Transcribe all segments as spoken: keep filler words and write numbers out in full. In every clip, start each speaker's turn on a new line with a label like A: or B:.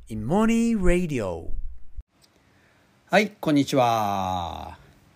A: Imoni Radio。
B: はい、こんにちは。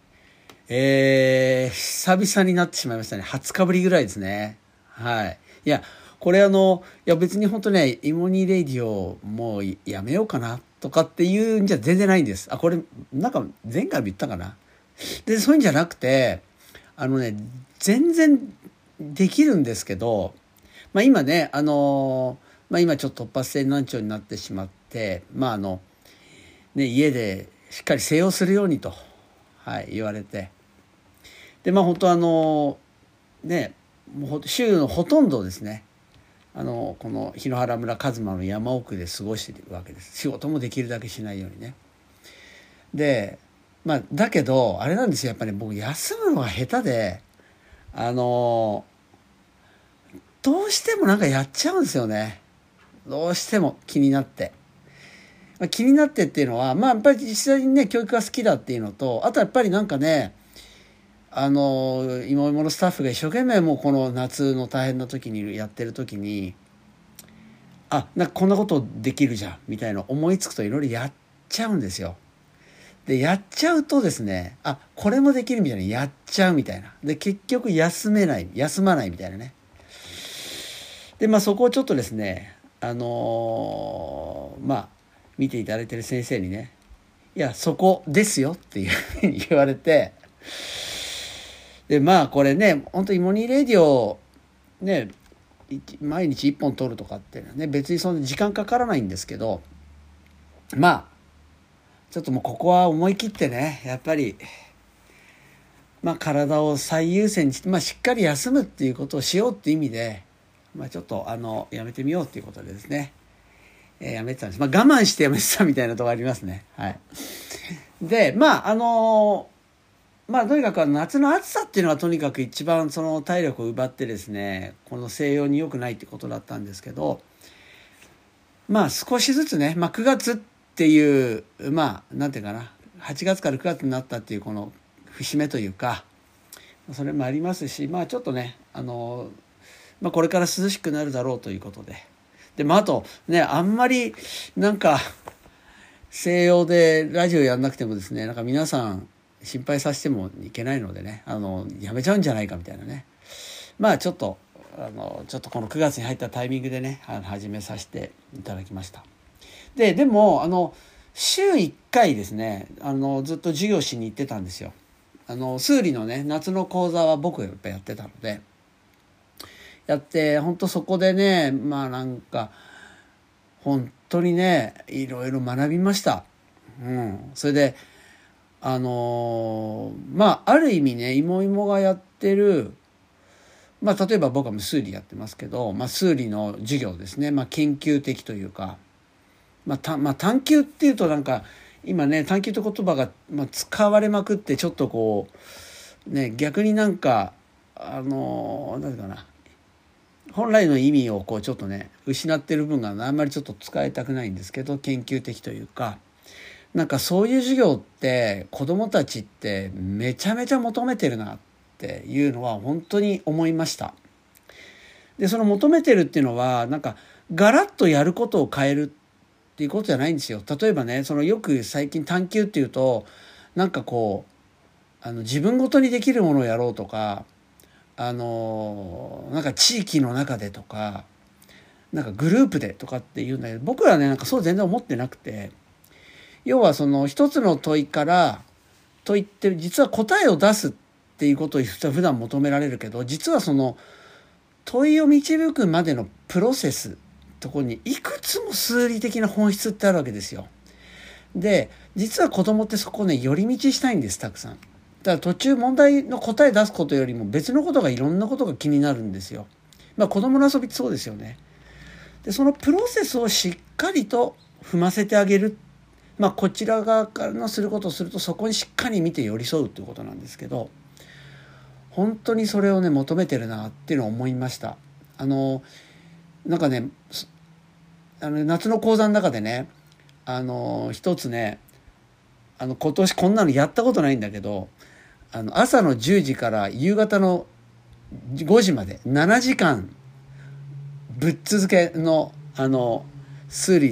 B: えー、久々になってしまいましたね。はつかぶりぐらいですね。はい。いや、これあの、いや別に本当ね、イモニレディオもうやめようかなとかっていうんじゃ全然ないんです。あ、これ、なんか前回も言ったかな。で、そういうんじゃなくて、あのね、全然できるんですけど、まあ今ね、あの、まあ今ちょっと突発性難聴になってしまって、まああの、ね、家でしっかり静養するようにと、はい、言われて、でまあ本当あのねもう週のほとんどですね、あのこの檜原村一馬の山奥で過ごしているわけです。仕事もできるだけしないようにね。でまあだけどあれなんですよ、やっぱり、ね、僕休むのが下手で、あのどうしてもなんかやっちゃうんですよね。どうしても気になって。気になってっていうのは、まあやっぱり実際にね教育が好きだっていうのと、あとやっぱりなんかね、あの今今のスタッフが一生懸命もうこの夏の大変な時にやってる時に、あ、なんかこんなことできるじゃんみたいな思いつくといろいろやっちゃうんですよ。でやっちゃうとですね、あ、これもできるみたいな、やっちゃうみたいな。で結局休めない、休まないみたいなね。でまあそこをちょっとですね、あのー、まあ見ていただいてる先生にね、いやそこですよっていうふうに言われて、でまあこれね、本当イモニーレディオね、毎日いっぽん撮るとかっていうのはね、別にそんな時間かからないんですけど、まあちょっともうここは思い切ってね、やっぱりまあ体を最優先にして、まあ、しっかり休むっていうことをしようっていう意味で、まあ、ちょっとあのやめてみようっていうことでですね、えー、やめてたんです。まあ我慢してやめてたみたいなところありますね。はい。でまああのまあとにかく夏の暑さっていうのはとにかく一番その体力を奪ってですね、この静養に良くないってことだったんですけど、まあ少しずつね、まあ、くがつっていう、まあなんていうかな、はちがつからくがつになったっていうこの節目というか、それもありますし、まあちょっとね、あの、まあ、これから涼しくなるだろうということで、でまああとね、あんまりなんか静養でラジオやんなくてもですね、なんか皆さん心配させてもいけないのでね、あのやめちゃうんじゃないかみたいなね、まあちょっとあのちょっとこのくがつに入ったタイミングでね、あの始めさせていただきました。ででもあの週いっかいですね、あのずっと授業しに行ってたんですよ。あの数理のね夏の講座は僕がやっぱやってたので、やって本当そこでね、まあなんか本当にねいろいろ学びました。うん、それであのー、まあある意味ね、いもいもがやってる、まあ例えば僕は数理やってますけど、まあ、数理の授業ですね、まあ、研究的というか、まあたまあ、探究っていうとなんか今ね、探究って言葉が、まあ、使われまくってちょっとこうね、逆になんかあのー、なんていうかな、本来の意味をこうちょっとね失ってる分があんまりちょっと使いたくないんですけど、研究的というか、なんかそういう授業って子どもたちってめちゃめちゃ求めてるなっていうのは本当に思いました。でその求めてるっていうのはなんかガラッとやることを変えるっていうことじゃないんですよ。例えばね、そのよく最近探究っていうとなんかこうあの自分ごとにできるものをやろうとか、あのなんか地域の中でとかなんかグループでとかっていうんだけど、僕はねなんかそう全然思ってなくて、要はその一つの問いから問いって実は答えを出すっていうことを普段求められるけど、実はその問いを導くまでのプロセスところにいくつも数理的な本質ってあるわけですよ。で実は子供ってそこをね寄り道したいんです、たくさん。だから途中問題の答え出すことよりも別のことがいろんなことが気になるんですよ。まあ子供の遊びってそうですよね。でそのプロセスをしっかりと踏ませてあげる、まあこちら側からのすることをするとそこにしっかり見て寄り添うということなんですけど、本当にそれをね求めてるなっていうのを思いました。あのなんかね、あの夏の講座の中でね、あの一つね、あの今年こんなのやったことないんだけど、あの朝のじゅうじから夕方のごじまでななじかんぶっ続けのあの数理の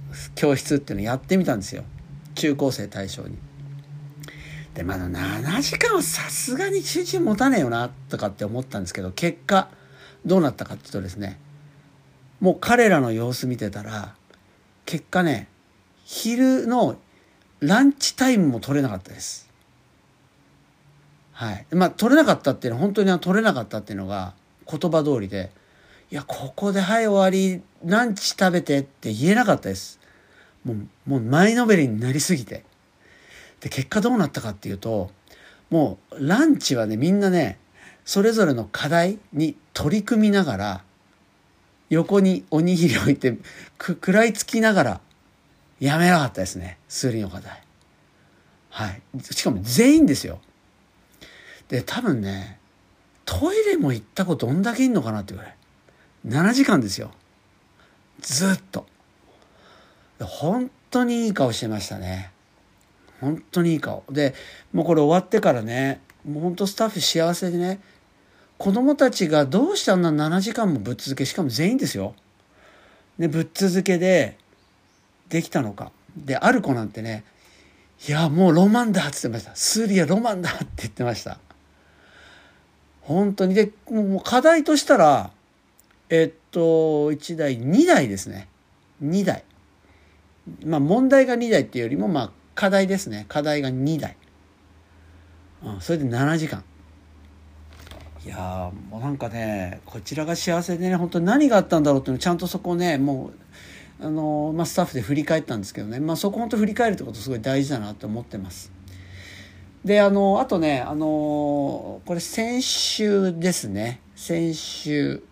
B: 教室っていうのをやってみたんですよ。中高生対象に。でまだななじかんはさすがに集中持たねえよなとかって思ったんですけど、結果どうなったかっていうとですね、もう彼らの様子見てたら、結果ね、昼のランチタイムも取れなかったです。はい。まあ取れなかったっていうのは、本当に取れなかったっていうのが言葉通りで、いやここではい終わり、ランチ食べてって言えなかったです。もうもう前のめりになりすぎて。で結果どうなったかっていうと、もうランチはね、みんなねそれぞれの課題に取り組みながら、横におにぎりを置いてく食らいつきながらやめなかったですね、数理の課題。はい。しかも全員ですよ。で多分ね、トイレも行った子どんだけいんのかなってぐらい、ななじかんですよ、ずっと。本当にいい顔してましたね。本当にいい顔で、もうこれ終わってからね、もう本当スタッフ幸せでね、子供たちがどうしてあんなななじかんもぶっ続け、しかも全員ですよ、ね、ぶっ続けでできたのか。である子なんてね、いやもうロマンだって言ってました。数理はロマンだって言ってました。本当に。でもう課題としたら、えっといちだいにだいですね。にだい、まあ問題がにだいっていうよりも、まあ課題ですね。課題がにだい、うん、それでななじかん。いやもうなんかね、こちらが幸せでね、本当に何があったんだろうっていうのをちゃんとそこをね、もうあの、まあ、スタッフで振り返ったんですけどね、まあ、そこ本当振り返るってことすごい大事だなと思ってます。であのあとね、あのこれ先週ですね、先週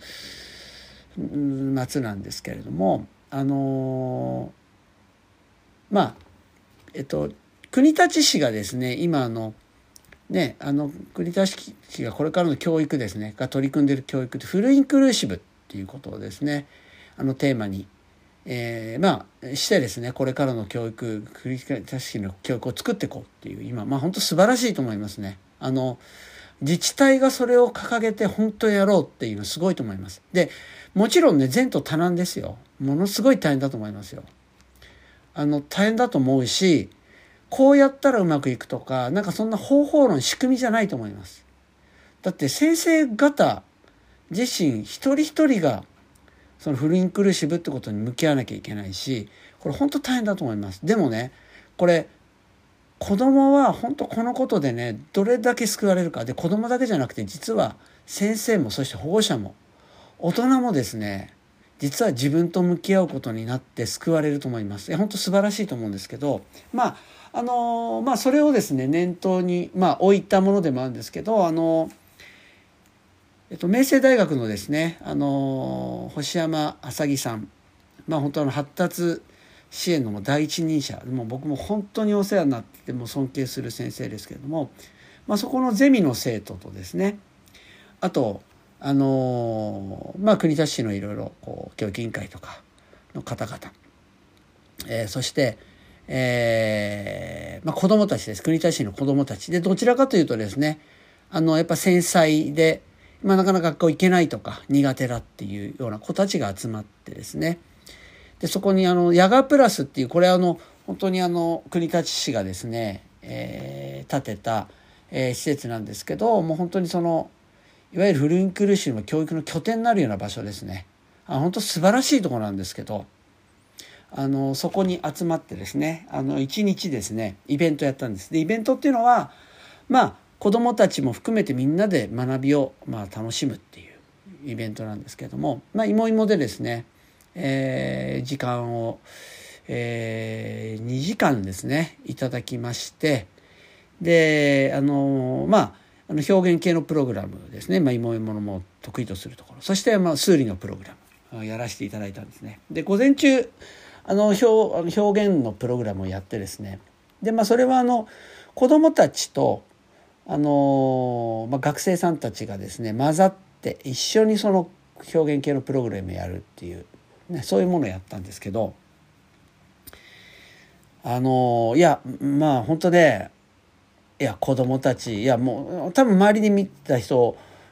B: 末なんですけれども、あのまあえっと国立市がですね、今あのね、あの国立市がこれからの教育ですねが取り組んでいる教育ってフルインクルーシブっていうことをですね、あのテーマに、えー、まあしてですね、これからの教育、国立市の教育を作っていこうっていう、今まあ本当素晴らしいと思いますね。あの自治体がそれを掲げて本当やろうっていうのすごいと思います。でもちろんね、前途多難ですよ。ものすごい大変だと思いますよ。あの大変だと思うし、こうやったらうまくいくとか、なんかそんな方法論、仕組みじゃないと思います。だって先生方自身一人一人がそのフルインクルーシブってことに向き合わなきゃいけないし、これ本当大変だと思います。でもね、これ子供は本当このことでね、どれだけ救われるか。で子供だけじゃなくて、実は先生も、そして保護者も、大人もですね、実は自分と向き合うことになって救われると思います。本当素晴らしいと思うんですけど、まああのまあそれをですね念頭にまあ置いたものでもあるんですけど、あのえっと明星大学のですね、あの星山麻木さん、まあ本当あの発達支援の第一人者、もう僕も本当にお世話になっても尊敬する先生ですけれども、まあそこのゼミの生徒とですね、あとあのまあ国立市のいろいろこう教育委員会とかの方々、えー、そしてえーまあ、子どもたちです。国立市の子どもたちで、どちらかというとですね、あのやっぱ繊細で、まあ、なかなか学校行けないとか苦手だっていうような子たちが集まってですね、でそこにあのヤガープラスっていう、これあの本当にあの国立市がですね、えー、建てた、えー、施設なんですけど、もう本当にそのいわゆるフルインクルーシブの教育の拠点になるような場所ですね。あ本当素晴らしいところなんですけど、あのそこに集まってですね、あの一日ですねイベントやったんです。でイベントっていうのはまあ子どもたちも含めてみんなで学びをまあ楽しむっていうイベントなんですけども、まあ芋芋でですね、えー、時間を、えー、にじかんですねいただきまして、であのまああの表現系のプログラムですね、まあ、芋芋のも得意とするところ、そしてまあ数理のプログラムをやらせていただいたんですね。で午前中あの 表, 表現のプログラムをやってですね、で、まあ、それはあの子どもたちとあの、まあ、学生さんたちがですね混ざって一緒にその表現系のプログラムをやるっていう、ね、そういうものをやったんですけど、あのいやまあ本当で、いや子どもたち、いやもう多分周りで見た人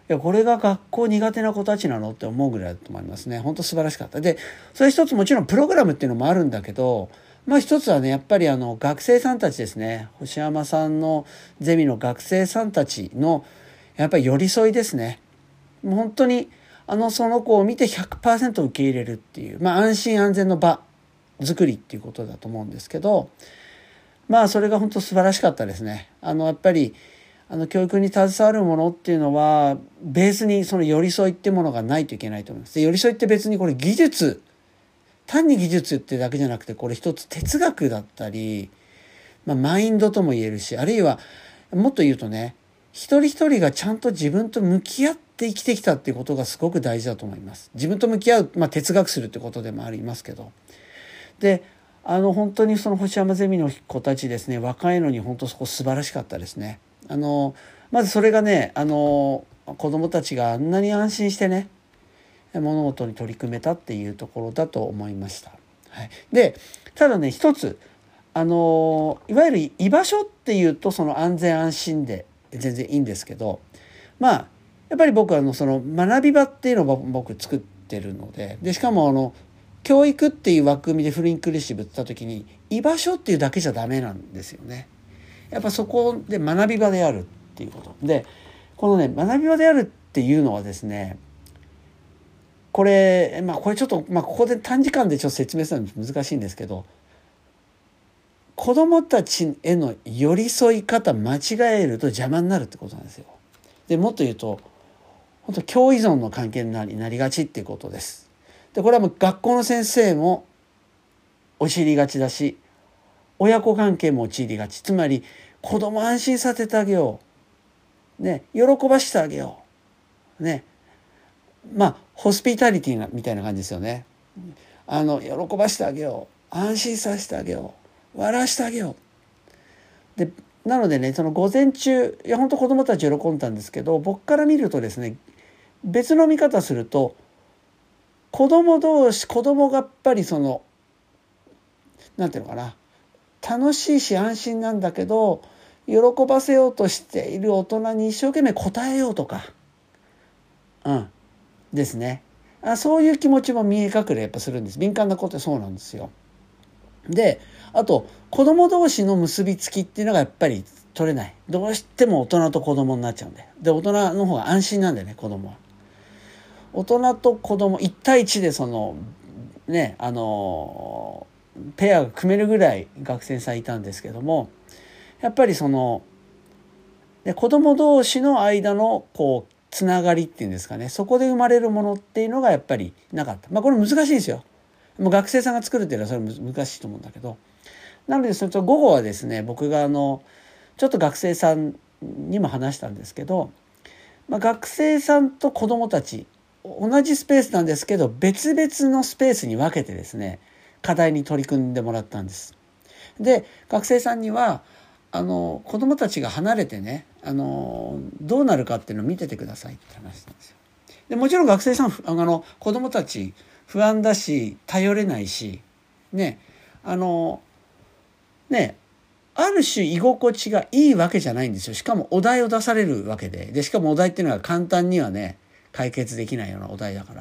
B: いやこれが学校苦手な子たちなのって思うぐらいだと思いますね。本当素晴らしかった。でそれ一つもちろんプログラムっていうのもあるんだけど、まあ一つはねやっぱりあの学生さんたちですね。星山さんのゼミの学生さんたちのやっぱり寄り添いですね。もう本当にあのその子を見て ひゃくパーセント 受け入れるっていう、まあ安心安全の場作りっていうことだと思うんですけど、まあそれが本当素晴らしかったですね。あのやっぱりあの教育に携わるものっていうのはベースにその寄り添いっていうものがないといけないと思います。で寄り添いって別にこれ技術単に技術ってだけじゃなくてこれ一つ哲学だったり、まあ、マインドとも言えるし、あるいはもっと言うとね一人一人がちゃんと自分と向き合って生きてきたっていうことがすごく大事だと思います。自分と向き合う、まあ、哲学するってことでもありますけど、であの本当にその星山ゼミの子たちですね、若いのに本当そこ素晴らしかったですね。あのまずそれがね、あの子どもたちがあんなに安心してね物事に取り組めたっていうところだと思いました。はい、でただね一つあのいわゆる居場所っていうとその安全安心で全然いいんですけど、まあやっぱり僕はあのその学び場っていうのを僕作ってるので、でしかもあの教育っていう枠組みでフルインクルーシブって言った時に居場所っていうだけじゃダメなんですよね。やっぱそこで学び場であるっていうことで、このね学び場であるっていうのはですね、これまあこれちょっと、まあ、ここで短時間でちょっと説明するの難しいんですけど、子どもたちへの寄り添い方間違えると邪魔になるってことなんですよ。でもっと言うと本当共依存の関係になり、なりがちっていうことです。でこれはもう学校の先生も陥りがちだし、親子関係も陥りがち。つまり子供安心させてあげよう、ね、喜ばしてあげよう、ね、まあホスピタリティみたいな感じですよね。あの喜ばしてあげよう、安心させてあげよう、笑わしてあげよう。でなのでねその午前中いや本当子どもたち喜んだんですけど、僕から見るとですね別の見方すると子供同士子供がやっぱりそのなんていうのかな、楽しいし安心なんだけど喜ばせようとしている大人に一生懸命応えようとか、うんですね、あそういう気持ちも見え隠れやっぱするんです。敏感な子ってそうなんですよ。であと子供同士の結びつきっていうのがやっぱり取れない。どうしても大人と子供になっちゃうんで、で大人の方が安心なんでね、子供は大人と子供いち対いちでそのねあのペアが組めるぐらい学生さんいたんですけども、やっぱりそので子供同士の間のこうつながりっていうんですかね、そこで生まれるものっていうのがやっぱりなかった。まあこれ難しいですよ。もう学生さんが作るっていうのはそれ難しいと思うんだけど、なのでそれと午後はですね僕があのちょっと学生さんにも話したんですけど、まあ、学生さんと子どもたち同じスペースなんですけど別々のスペースに分けてですね課題に取り組んでもらったんです。で学生さんにはあの子どもたちが離れてねあのどうなるかっていうのを見ててくださいって話したんですよ。でもちろん学生さんあの子どもたち不安だし頼れないしねあのねある種居心地がいいわけじゃないんですよ。しかもお題を出されるわけで、でしかもお題っていうのは簡単にはね解決できないようなお題だから。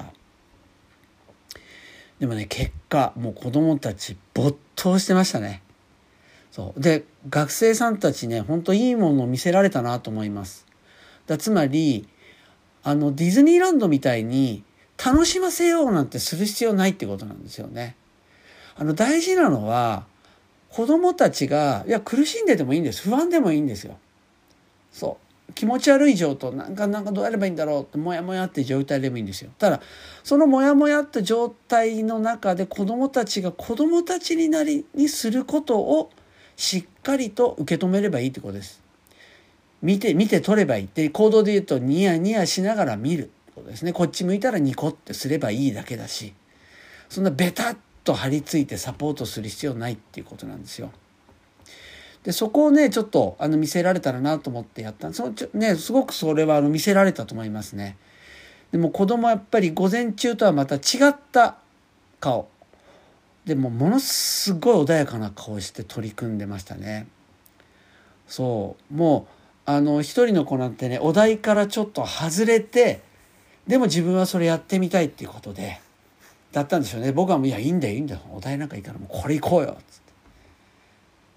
B: でもね結果もう子どもたち没頭してましたね。そうで学生さんたちね本当いいものを見せられたなと思います。だつまりあのディズニーランドみたいに楽しませようなんてする必要ないってことなんですよね。あの大事なのは子供たちがいや苦しんでてもいいんです。不安でもいいんですよ。そう気持ち悪い状態なんかなんかどうやればいいんだろうってモヤモヤって状態でもいいんですよ。ただそのモヤモヤった状態の中で子供たちが子供たちになりにすることをしっかりと受け止めればいいってことです。見て見て取ればいいって行動で言うとニヤニヤしながら見るってことですね。こっち向いたらニコってすればいいだけだし、そんなベタッと張り付いてサポートする必要ないっていうことなんですよ。でそこをねちょっとあの見せられたらなと思ってやったそのちょ、ね、すごくそれはあの見せられたと思いますね。でも子供はやっぱり午前中とはまた違った顔でもものすごい穏やかな顔して取り組んでましたね。そうもうあの一人の子なんてね、お題からちょっと外れて、でも自分はそれやってみたいっていうことでだったんでしょうね。僕はもういやいいんだよいいんだよ、お題なんかいいからもうこれ行こうよっつって。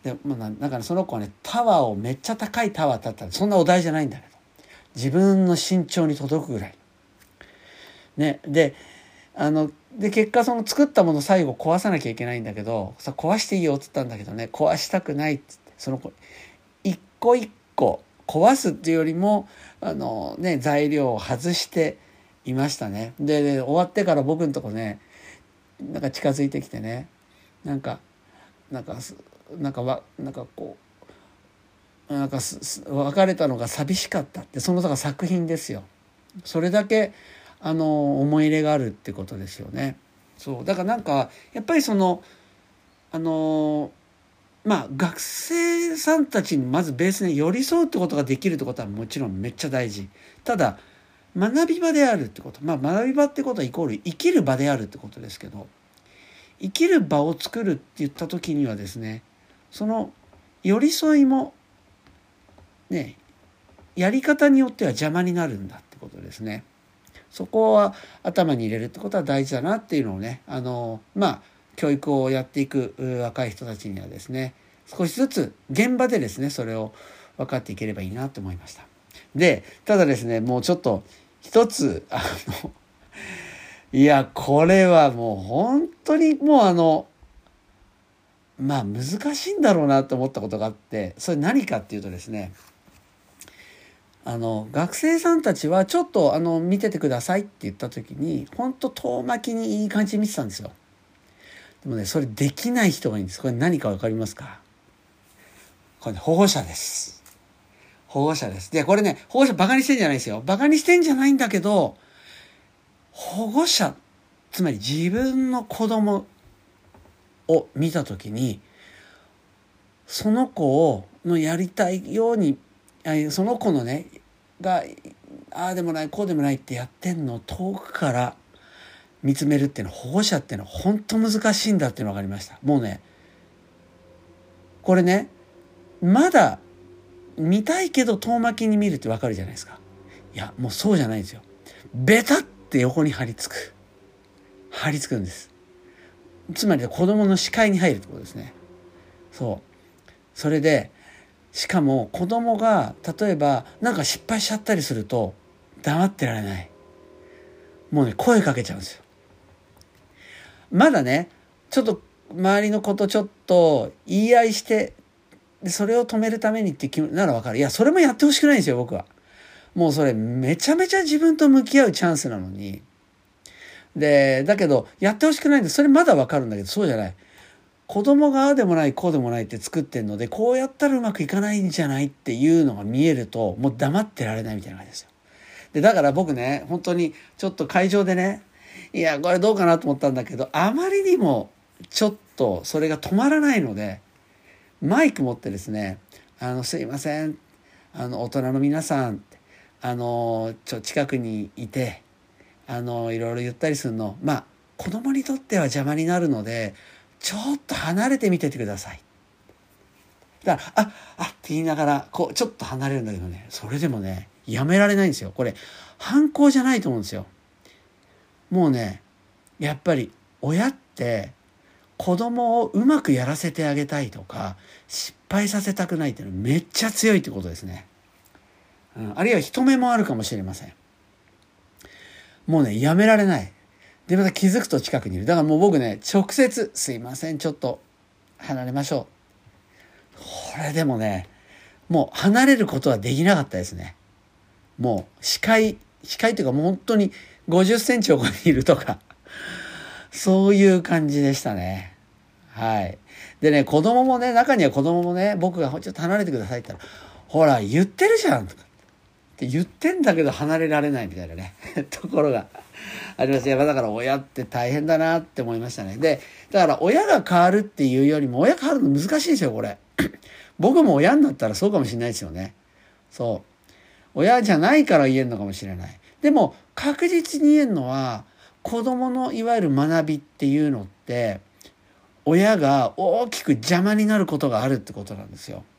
B: で、まあ、なんかね、その子はねタワーをめっちゃ高いタワーだったら、そんなお題じゃないんだけど、自分の身長に届くぐらいね。であので結果その作ったもの最後壊さなきゃいけないんだけど、さ壊していいよっつったんだけどね、壊したくないっつって、その子一個一個壊すっていうよりもあのね材料を外していましたね。で、で終わってから僕のとこね、なんか近づいてきてね、なんかなんかなんかわなんかこうなんか別れたのが寂しかったって、そのだから作品ですよ。それだけあの思い入れがあるってことですよね。そうだからなんかやっぱりそのあのまあ学生さんたちにまずベースに寄り添うってことができるってことはもちろんめっちゃ大事。ただ学び場であるってこと、まあ学び場ってことはイコール生きる場であるってことですけど、生きる場を作るって言った時にはですね、その寄り添いもね、やり方によっては邪魔になるんだってことですね。そこは頭に入れるってことは大事だなっていうのをね、あのまあ教育をやっていく若い人たちにはですね、少しずつ現場でですねそれを分かっていければいいなと思いました。でただですね、もうちょっと一つあのいやこれはもう本当にもうあのまあ難しいんだろうなと思ったことがあって、それ何かっていうとですね、あの学生さんたちはちょっとあの見ててくださいって言った時に本当遠巻きにいい感じに見てたんですよ。でもねそれできない人がいいんです。これ何か分かりますか？これ、ね、保護者です。保護者です。でこれね保護者バカにしてんじゃないですよ。バカにしてんじゃないんだけど、保護者つまり自分の子供を見た時にその子をのやりたいようにその子のねがああでもないこうでもないってやってんのを遠くから見つめるっていうのは、保護者っていうのは本当難しいんだっていうのが分かりました。もうねこれねまだ見たいけど遠巻きに見るって分かるじゃないですか。いやもうそうじゃないんですよ。ベタって横に張り付く張り付くんです。つまり子供の視界に入るってことですね。そうそれでしかも子供が例えばなんか失敗しちゃったりすると黙ってられない。もうね声かけちゃうんですよ。まだねちょっと周りの子とちょっと言い合いしてでそれを止めるためにって気ならわかる。いやそれもやってほしくないんですよ僕は。もうそれめちゃめちゃ自分と向き合うチャンスなのに。でだけどやってほしくないんでそれまだわかるんだけど、そうじゃない。子供がああでもないこうでもないって作ってんので、こうやったらうまくいかないんじゃないっていうのが見えるともう黙ってられないみたいな感じですよ。でだから僕ね本当にちょっと会場でね、いやこれどうかなと思ったんだけど、あまりにもちょっとそれが止まらないのでマイク持ってですね、あのすいませんあの大人の皆さんあのちょ近くにいてあのいろいろ言ったりするの、まあ子供にとっては邪魔になるのでちょっと離れてみててください。だからああって言いながらこうちょっと離れるんだけどね、それでもねやめられないんですよ。これ反抗じゃないと思うんですよ。もうねやっぱり親って子供をうまくやらせてあげたいとか失敗させたくないっていうのはめっちゃ強いってことですね。うん、あるいは人目もあるかもしれません。もうねやめられない。でまた気づくと近くにいる。だからもう僕ね直接すいませんちょっと離れましょう。これでもねもう離れることはできなかったですね。もう視界視界というかもう本当にごじゅっセンチ横にいるとかそういう感じでしたね。はい。でね子供もね中には子供もね僕がちょっと離れてくださいって言ったらほら言ってるじゃんとかって言ってんだけど離れられないみたいなねところがあります。やっぱだから親って大変だなって思いましたね。でだから親が変わるっていうよりも親変わるの難しいですよこれ僕も親になったらそうかもしれないですよね。そう親じゃないから言えるのかもしれない。でも確実に言えるのは子供のいわゆる学びっていうのって親が大きく邪魔になることがあるってことなんですよ。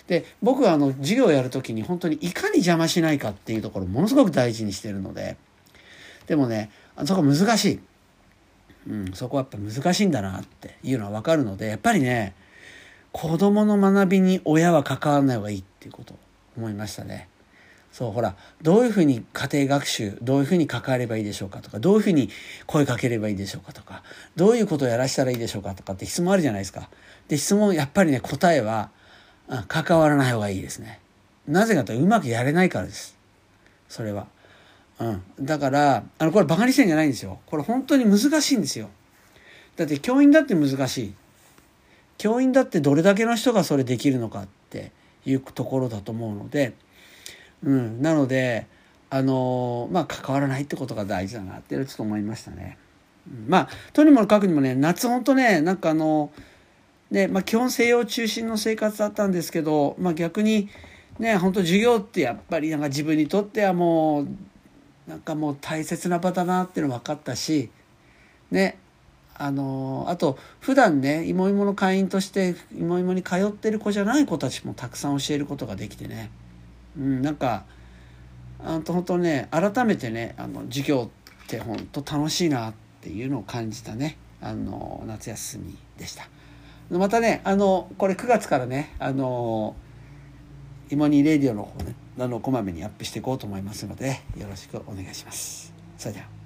B: で僕はあの授業をやるときに本当にいかに邪魔しないかっていうところをものすごく大事にしてるので、でもねそこ難しい、うん、そこはやっぱ難しいんだなっていうのは分かるので、やっぱりね子どもの学びに親は関わらない方がいいっていうことを思いましたね。そうほらどういうふうに家庭学習どういうふうに関わればいいでしょうかとか、どういうふうに声かければいいでしょうかとか、どういうことをやらせたらいいでしょうかとかって質問あるじゃないですか。で質問やっぱりね答えは関わらない方がいいですね。なぜかというとうまくやれないからです。それは、うん、だからあのこれバカにしてんじゃないんですよ。これ本当に難しいんですよ。だって教員だって難しい。教員だってどれだけの人がそれできるのかっていうところだと思うので、うん、なのであのまあ関わらないってことが大事だなってちょっと思いましたね。うん、まあとにもかくにもね夏ほんとねなんかあのねまあ基本西洋中心の生活だったんですけど、まあ逆にね本当授業ってやっぱりなんか自分にとってはもうなんかもう大切な場だなっていうの分かったしね。あのあと普段ねいもいもの会員としていもいもに通ってる子じゃない子たちもたくさん教えることができてね、うん、なんかあの本当ね改めてねあの授業って本当楽しいなっていうのを感じたねあの夏休みでした。またねあのこれくがつからねあのイモニーレディオの方ねあのこまめにアップしていこうと思いますのでよろしくお願いします。それでは。